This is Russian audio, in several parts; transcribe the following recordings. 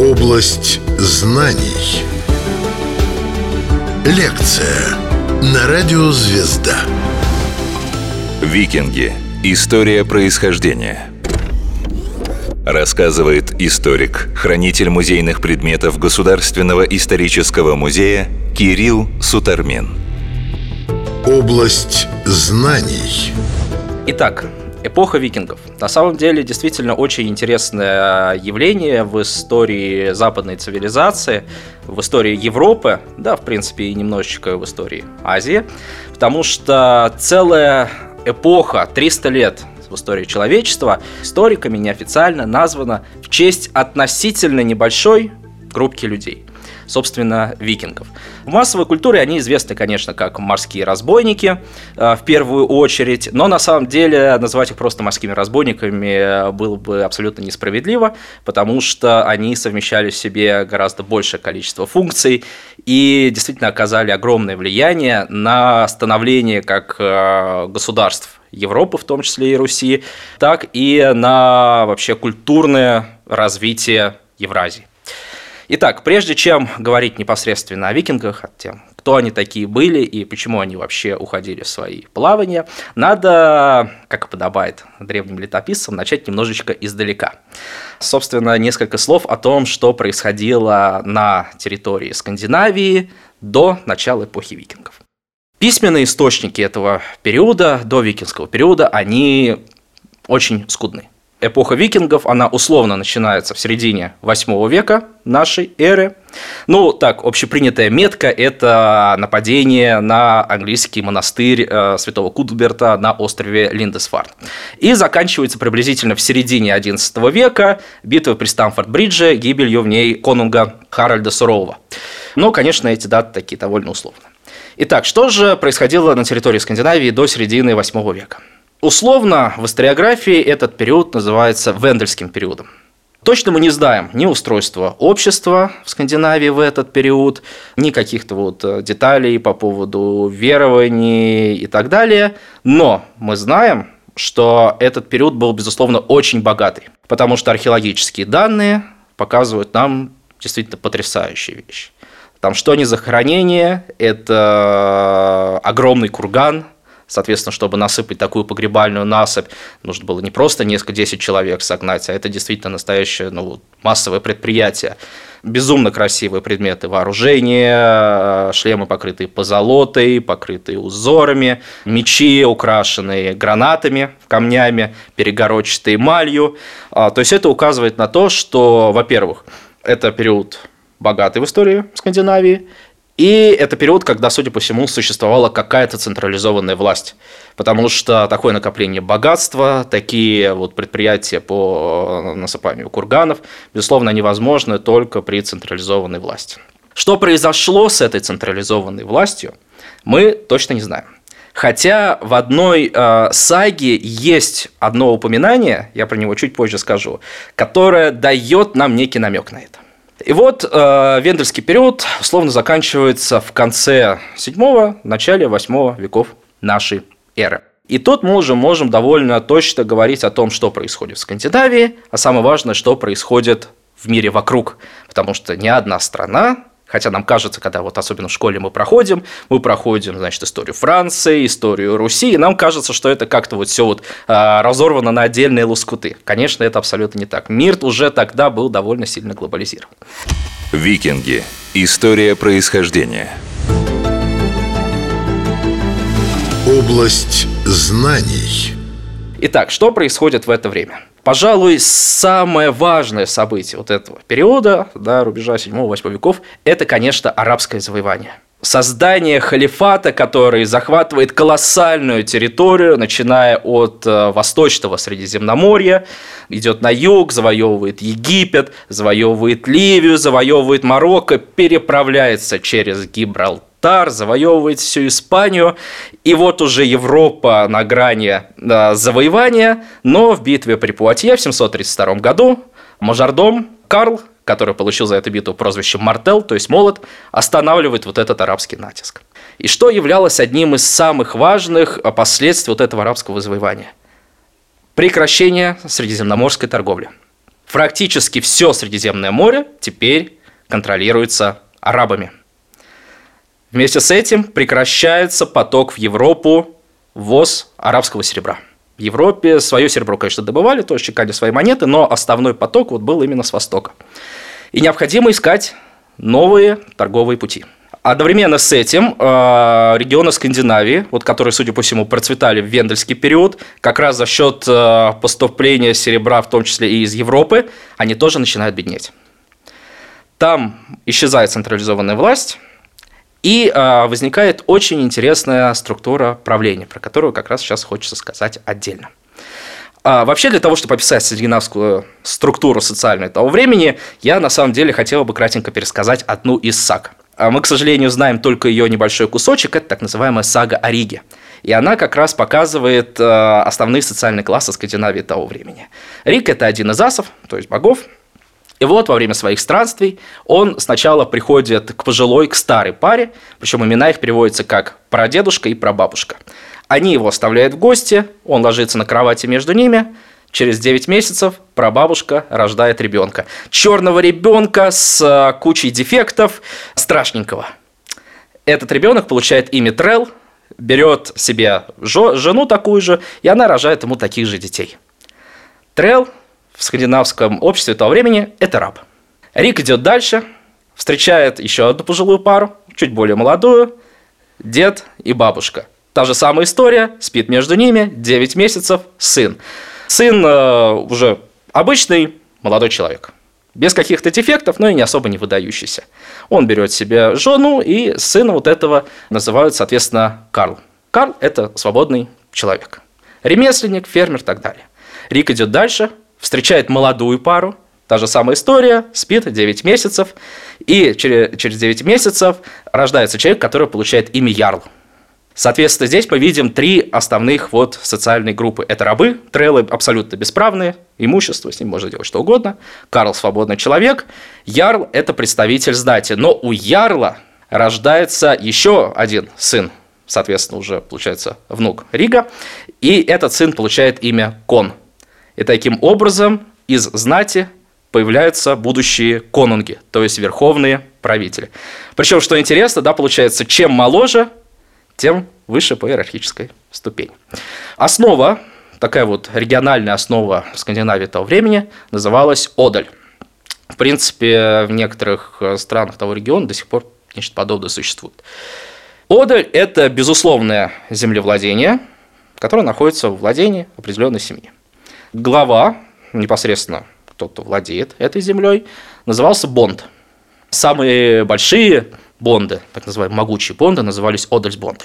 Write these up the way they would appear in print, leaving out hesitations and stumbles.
Область знаний. Лекция на радио «Звезда». Викинги. История происхождения. Рассказывает историк, хранитель музейных предметов Государственного исторического музея Кирилл Сутармин. Область знаний. Итак, эпоха викингов. На самом деле, действительно очень интересное явление в истории западной цивилизации, в истории Европы, да, в принципе, и немножечко в истории Азии, потому что целая эпоха, 300 лет в истории человечества, историками неофициально названа в честь относительно небольшой группки людей, собственно, викингов. В массовой культуре они известны, конечно, как морские разбойники, в первую очередь, но на самом деле называть их просто морскими разбойниками было бы абсолютно несправедливо, потому что они совмещали в себе гораздо большее количество функций и действительно оказали огромное влияние на становление как государств Европы, в том числе и Руси, так и на вообще культурное развитие Евразии. Итак, прежде чем говорить непосредственно о викингах, о том, кто они такие были и почему они вообще уходили в свои плавания, надо, как и подобает древним летописцам, начать немножечко издалека. Собственно, несколько слов о том, что происходило на территории Скандинавии до начала эпохи викингов. Письменные источники этого периода, до викингского периода, они очень скудны. Эпоха викингов, она условно начинается в середине 8 века нашей эры. Ну, так, общепринятая метка – это нападение на английский монастырь святого Кутберта на острове Линдесфарне. И заканчивается приблизительно в середине XI века битвой при Стамфорд-Бридже, гибелью в ней конунга Харальда Сурового. Но, конечно, эти даты такие довольно условны. Итак, что же происходило на территории Скандинавии до середины 8 века? Условно, в историографии этот период называется Вендельским периодом. Точно мы не знаем ни устройства общества в Скандинавии в этот период, ни каких-то деталей по поводу верований и так далее, но мы знаем, что этот период был, безусловно, очень богатый, потому что археологические данные показывают нам действительно потрясающие вещи. Там что ни захоронение, это огромный курган. Соответственно, чтобы насыпать такую погребальную насыпь, нужно было не просто несколько 10 человек согнать, а это действительно настоящее массовое предприятие. Безумно красивые предметы вооружения, шлемы, покрытые позолотой, покрытые узорами, мечи, украшенные гранатами, камнями, перегородчатые эмалью. То есть это указывает на то, что, во-первых, это период богатый в истории Скандинавии, и это период, когда, судя по всему, существовала какая-то централизованная власть, потому что такое накопление богатства, такие предприятия по насыпанию курганов, безусловно, невозможны только при централизованной власти. Что произошло с этой централизованной властью, мы точно не знаем. Хотя в одной саге есть одно упоминание, я про него чуть позже скажу, которое дает нам некий намек на это. И Вендельский период условно заканчивается в конце 7-го, начале 8 веков нашей эры. И тут мы уже можем довольно точно говорить о том, что происходит в Скандинавии, а самое важное, что происходит в мире вокруг. Потому что ни одна страна, хотя нам кажется, когда особенно в школе мы проходим, историю Франции, историю Руси, и нам кажется, что это как-то все разорвано на отдельные лоскуты. Конечно, это абсолютно не так. Мир уже тогда был довольно сильно глобализирован. Викинги. История происхождения. Область знаний. Итак, что происходит в это время? Пожалуй, самое важное событие этого периода, рубежа 7-8 веков, это, конечно, арабское завоевание. Создание халифата, который захватывает колоссальную территорию, начиная от Восточного Средиземноморья, идет на юг, завоевывает Египет, завоевывает Ливию, завоевывает Марокко, переправляется через Гибралтар, завоевывает всю Испанию, и уже Европа на грани завоевания, но в битве при Пуатье в 732 году мажордом Карл, который получил за эту битву прозвище Мартел, то есть молот, останавливает этот арабский натиск. И что являлось одним из самых важных последствий этого арабского завоевания? Прекращение средиземноморской торговли. Практически все Средиземное море теперь контролируется арабами. Вместе с этим прекращается поток в Европу ввоз арабского серебра. В Европе свое серебро, конечно, добывали, тоже чекали свои монеты, но основной поток был именно с востока. И необходимо искать новые торговые пути. Одновременно с этим регионы Скандинавии, которые, судя по всему, процветали в вендельский период, как раз за счет поступления серебра, в том числе и из Европы, они тоже начинают беднеть. Там исчезает централизованная власть, и возникает очень интересная структура правления, про которую как раз сейчас хочется сказать отдельно. Вообще, для того, чтобы описать скандинавскую структуру социальную того времени, я на самом деле хотел бы кратенько пересказать одну из саг. Мы, к сожалению, знаем только ее небольшой кусочек, это так называемая сага о Риге. И она как раз показывает основные социальные классы Скандинавии того времени. Риг – это один из асов, то есть богов. И во время своих странствий он сначала приходит к пожилой, к старой паре, причем имена их переводятся как прадедушка и прабабушка. Они его оставляют в гости, он ложится на кровати между ними. Через 9 месяцев прабабушка рождает ребенка. Черного ребенка с кучей дефектов, страшненького. Этот ребенок получает имя Трел, берет себе жену такую же, и она рожает ему таких же детей. Трел в скандинавском обществе того времени – это раб. Рик идет дальше, встречает еще одну пожилую пару, чуть более молодую, дед и бабушка. Та же самая история, спит между ними, 9 месяцев, сын. Сын уже обычный молодой человек, без каких-то дефектов, но и не особо не выдающийся. Он берет себе жену, и сына этого называют, соответственно, Карл. Карл – это свободный человек. Ремесленник, фермер и так далее. Рик идет дальше, встречает молодую пару, та же самая история, спит 9 месяцев, и через 9 месяцев рождается человек, который получает имя Ярл. Соответственно, здесь мы видим 3 основных социальные группы. Это рабы, треллы абсолютно бесправные, имущество, с ним можно делать что угодно. Карл – свободный человек, ярл – это представитель знати. Но у ярла рождается еще один сын, соответственно, уже получается внук Рига, и этот сын получает имя Кон. И таким образом из знати появляются будущие конунги, то есть верховные правители. Причем, что интересно, получается, чем моложе, тем выше по иерархической ступени. Основа, такая региональная основа в Скандинавии того времени, называлась одаль. В принципе, в некоторых странах того региона до сих пор нечто подобное существует. Одаль – это безусловное землевладение, которое находится в владении определенной семьи. Глава, непосредственно тот, кто владеет этой землей, назывался бонд. Самые большие бонды, так называемые могучие бонды, назывались одальсбонды.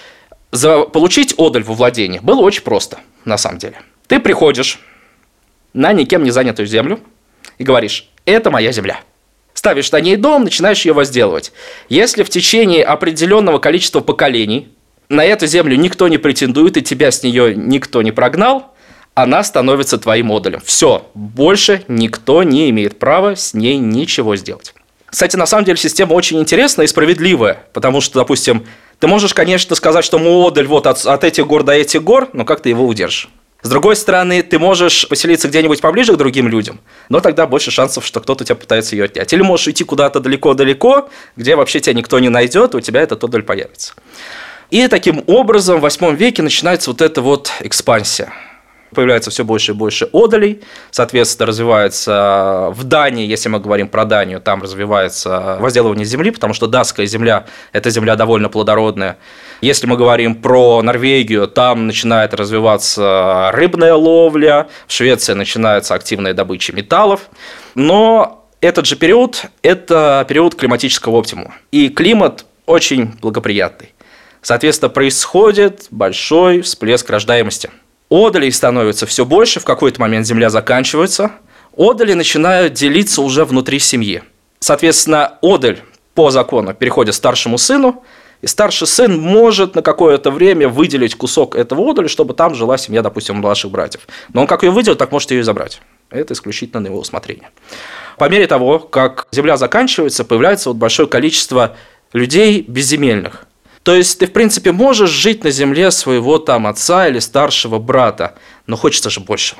Получить одаль во владение было очень просто, на самом деле. Ты приходишь на никем не занятую землю и говоришь: это моя земля. Ставишь на ней дом, начинаешь ее возделывать. Если в течение определенного количества поколений на эту землю никто не претендует и тебя с нее никто не прогнал, она становится твоим одалем. Все, больше никто не имеет права с ней ничего сделать. Кстати, на самом деле система очень интересная и справедливая, потому что, допустим, ты можешь, конечно, сказать, что мой одаль от этих гор до этих гор, но как ты его удержишь? С другой стороны, ты можешь поселиться где-нибудь поближе к другим людям, но тогда больше шансов, что кто-то тебя пытается ее отнять. Или можешь идти куда-то далеко-далеко, где вообще тебя никто не найдет, и у тебя этот одаль появится. И таким образом в 8 веке начинается эта экспансия. Появляется все больше и больше одалей, соответственно, развивается в Дании, если мы говорим про Данию, там развивается возделывание земли, потому что датская земля – это земля довольно плодородная. Если мы говорим про Норвегию, там начинает развиваться рыбная ловля, в Швеции начинается активная добыча металлов, но этот же период – это период климатического оптимума, и климат очень благоприятный. Соответственно, происходит большой всплеск рождаемости. Одалей становится все больше, в какой-то момент земля заканчивается, одали начинают делиться уже внутри семьи. Соответственно, одаль по закону переходит старшему сыну, и старший сын может на какое-то время выделить кусок этого одаля, чтобы там жила семья, допустим, младших братьев. Но он как ее выделит, так может ее и забрать. Это исключительно на его усмотрение. По мере того, как земля заканчивается, появляется большое количество людей безземельных. То есть ты, в принципе, можешь жить на земле своего отца или старшего брата, но хочется же большего.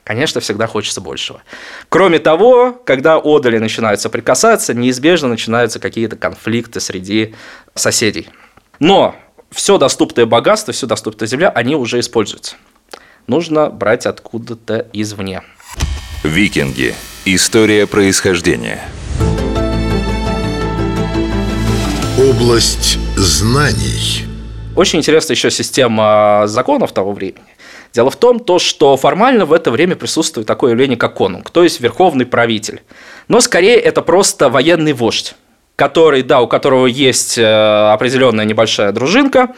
Конечно, всегда хочется большего. Кроме того, когда одали начинают соприкасаться, неизбежно начинаются какие-то конфликты среди соседей. Но все доступное богатство, все доступная земля, они уже используются. Нужно брать откуда-то извне. Викинги. История происхождения. Область знаний. Очень интересная еще система законов того времени. Дело в том, что формально в это время присутствует такое явление, как конунг, то есть верховный правитель. Но скорее это просто военный вождь, который, да, у которого есть определенная небольшая дружинка,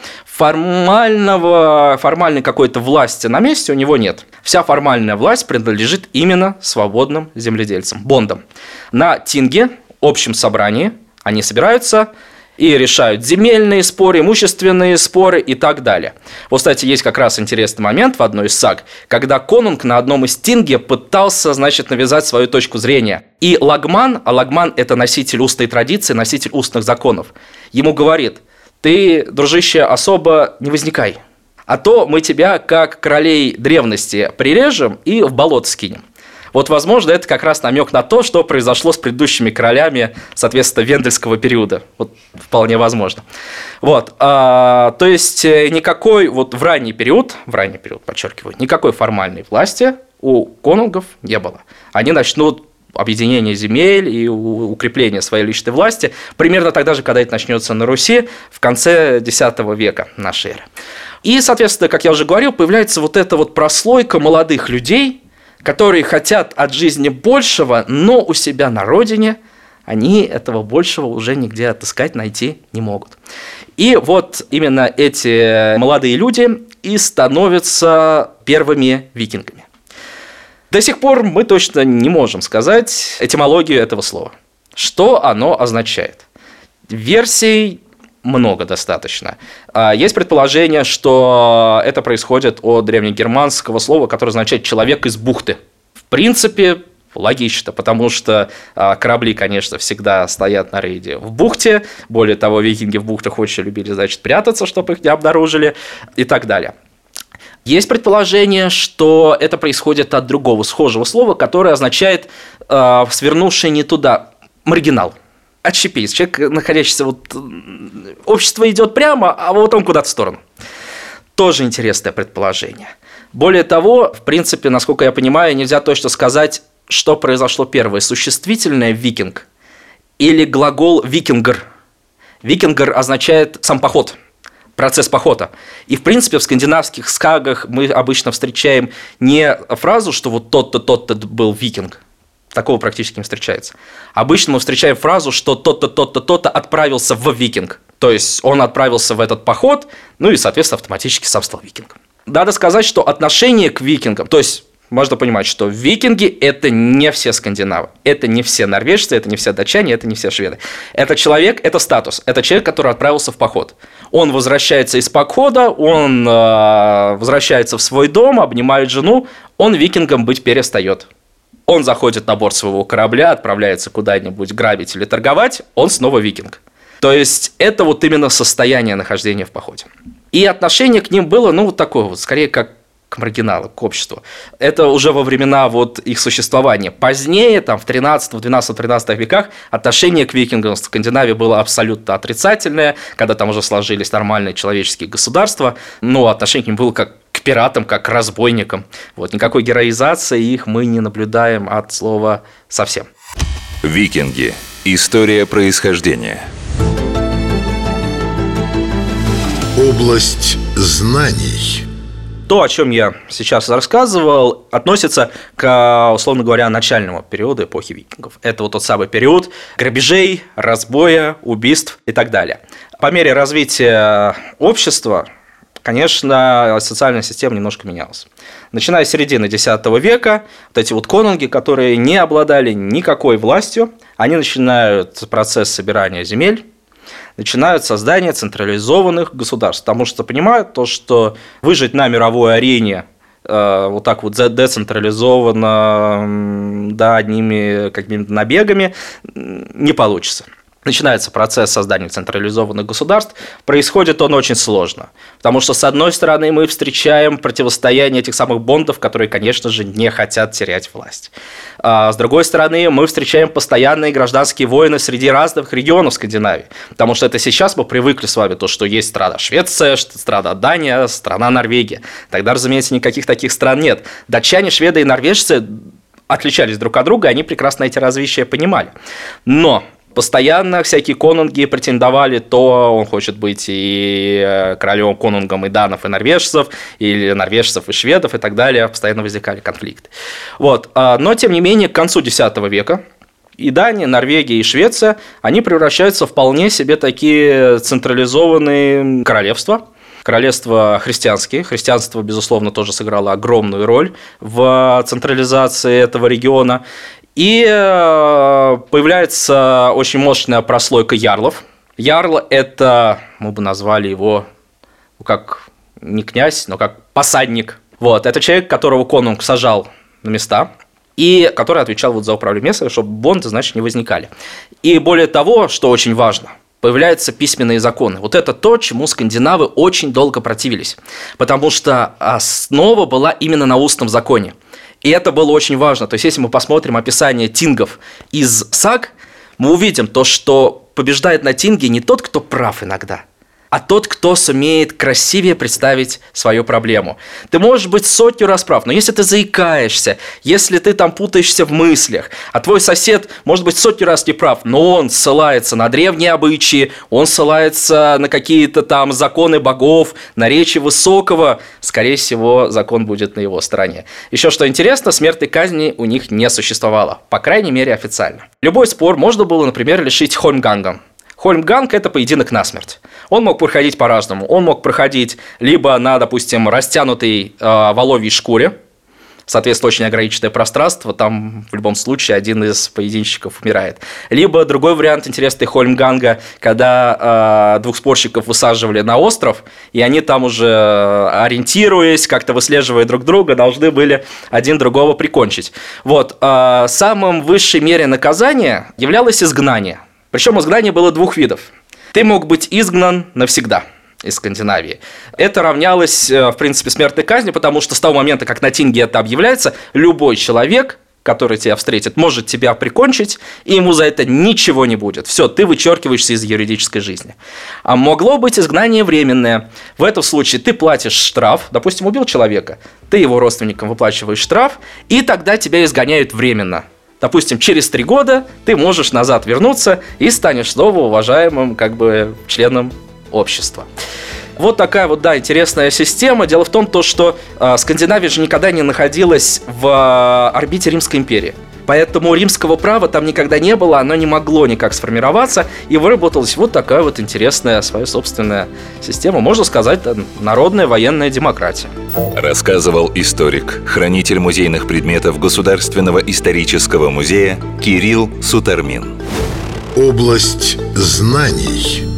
формальной какой-то власти на месте у него нет. Вся формальная власть принадлежит именно свободным земледельцам, бондам. На тинге, общем собрании, они собираются и решают земельные споры, имущественные споры и так далее. Вот, кстати, есть как раз интересный момент в одной из саг, когда конунг на одном из тинге пытался, навязать свою точку зрения. И лагман, а лагман – это носитель устной традиции, носитель устных законов, ему говорит: ты, дружище, особо не возникай, а то мы тебя, как королей древности, прирежем и в болото скинем. Вот, возможно, это как раз намек на то, что произошло с предыдущими королями, соответственно, вендельского периода. Вот, вполне возможно. Вот, то есть, никакой, вот в ранний период, подчеркиваю, никакой формальной власти у конунгов не было. Они начнут объединение земель и укрепление своей личной власти примерно тогда же, когда это начнется на Руси, в конце X века нашей эры. И, соответственно, как я уже говорил, появляется вот эта вот прослойка молодых людей, которые хотят от жизни большего, но у себя на родине они этого большего уже нигде отыскать, найти не могут. И вот именно эти молодые люди и становятся первыми викингами. До сих пор мы точно не можем сказать этимологию этого слова. Что оно означает? Версий много достаточно. Есть предположение, что это происходит от древнегерманского слова, которое означает «человек из бухты». В принципе, логично, потому что корабли, конечно, всегда стоят на рейде в бухте. Более того, викинги в бухтах очень любили, прятаться, чтобы их не обнаружили и так далее. Есть предположение, что это происходит от другого схожего слова, которое означает «свернувший не туда», маргинал. Отщепись. Человек, находящийся общество идет прямо, а вот он куда-то в сторону. Тоже интересное предположение. Более того, в принципе, насколько я понимаю, нельзя точно сказать, что произошло первое: существительное «викинг» или глагол «викингер». «Викингер» означает сам поход, процесс похода. И, в принципе, в скандинавских сагах мы обычно встречаем не фразу, что вот тот-то, тот-то был викинг. Такого практически не встречается. Обычно мы встречаем фразу, что тот-то, тот-то, тот-то отправился в викинг. То есть он отправился в этот поход, и, соответственно, автоматически сам стал викингом. Надо сказать, что отношение к викингам, то есть можно понимать, что викинги – это не все скандинавы, это не все норвежцы, это не все датчане, это не все шведы. Это человек, это статус, это человек, который отправился в поход. Он возвращается из похода, он возвращается в свой дом, обнимает жену, он викингом быть перестает. Он заходит на борт своего корабля, отправляется куда-нибудь грабить или торговать, он снова викинг. То есть это вот именно состояние нахождения в походе. И отношение к ним было, такое скорее как к маргиналу, к обществу. Это уже во времена их существования. Позднее, в 13, 12, 13 веках, отношение к викингам в Скандинавии было абсолютно отрицательное, когда там уже сложились нормальные человеческие государства, но отношение к ним было как к пиратам, как к разбойникам. Никакой героизации их мы не наблюдаем от слова совсем. Викинги. История происхождения. Область знаний. То, о чем я сейчас рассказывал, относится к, условно говоря, начальному периоду эпохи викингов. Это тот самый период грабежей, разбоя, убийств и так далее. По мере развития общества, конечно, социальная система немножко менялась. Начиная с середины X века, эти конунги, которые не обладали никакой властью, они начинают процесс собирания земель, начинают создание централизованных государств, потому что понимают то, что выжить на мировой арене децентрализованно, одними какими-то набегами не получится. начинается процесс создания централизованных государств, происходит он очень сложно. Потому что, с одной стороны, мы встречаем противостояние этих самых бондов, которые, конечно же, не хотят терять власть. А с другой стороны, мы встречаем постоянные гражданские войны среди разных регионов Скандинавии. Потому что это сейчас мы привыкли с вами, то, что есть страна Швеция, страна Дания, страна Норвегия. Тогда, разумеется, никаких таких стран нет. Датчане, шведы и норвежцы отличались друг от друга, они прекрасно эти различия понимали. Но постоянно всякие конунги претендовали, то он хочет быть и королем конунгом и данов, и норвежцев, или норвежцев и шведов, и так далее. Постоянно возникали конфликты. Вот. Но, тем не менее, к концу X века и Дания, Норвегия и Швеция, они превращаются в вполне себе такие централизованные королевства. Королевства христианские. Христианство, безусловно, тоже сыграло огромную роль в централизации этого региона. И появляется очень мощная прослойка ярлов. Ярл – это, мы бы назвали его, как не князь, но как посадник. Вот. Это человек, которого конунг сажал на места, и который отвечал вот за управление местом, чтобы бонды, значит, не возникали. И более того, что очень важно, появляются письменные законы. Вот это то, чему скандинавы очень долго противились, потому что основа была именно на устном законе. И это было очень важно. То есть, если мы посмотрим описание тингов из саг, мы увидим то, что побеждает на тинге не тот, кто прав иногда, а тот, кто сумеет красивее представить свою проблему. Ты можешь быть 100 раз прав, но если ты заикаешься, если ты там путаешься в мыслях, а твой сосед может быть 100 раз не прав, но он ссылается на древние обычаи, он ссылается на какие-то там законы богов, на речи высокого, скорее всего, закон будет на его стороне. Еще что интересно, смертной казни у них не существовало, по крайней мере официально. Любой спор можно было, например, лишить Хольмгангом. Хольмганг – это поединок насмерть. Он мог проходить по-разному. Он мог проходить либо на, допустим, растянутой воловьей шкуре, соответственно, очень ограниченное пространство, там в любом случае один из поединщиков умирает. Либо другой вариант интересный Хольмганга, когда двух спорщиков высаживали на остров, и они там уже, ориентируясь, как-то выслеживая друг друга, должны были один другого прикончить. Вот. Самым высшей мерой наказания являлось изгнание. Причем изгнание было двух видов. Ты мог быть изгнан навсегда из Скандинавии. Это равнялось, в принципе, смертной казни, потому что с того момента, как на тинге это объявляется, любой человек, который тебя встретит, может тебя прикончить, и ему за это ничего не будет. Все, ты вычеркиваешься из юридической жизни. А могло быть изгнание временное. В этом случае ты платишь штраф, допустим, убил человека, ты его родственникам выплачиваешь штраф, и тогда тебя изгоняют временно. Допустим, через 3 года ты можешь назад вернуться и станешь снова уважаемым членом общества. Вот такая вот, да, интересная система. Дело в том, что Скандинавия же никогда не находилась в орбите Римской империи. Поэтому римского права там никогда не было, оно не могло никак сформироваться, и выработалась вот такая вот интересная своя собственная система, можно сказать, народная военная демократия. Рассказывал историк, хранитель музейных предметов Государственного исторического музея Кирилл Сутармин. Область знаний.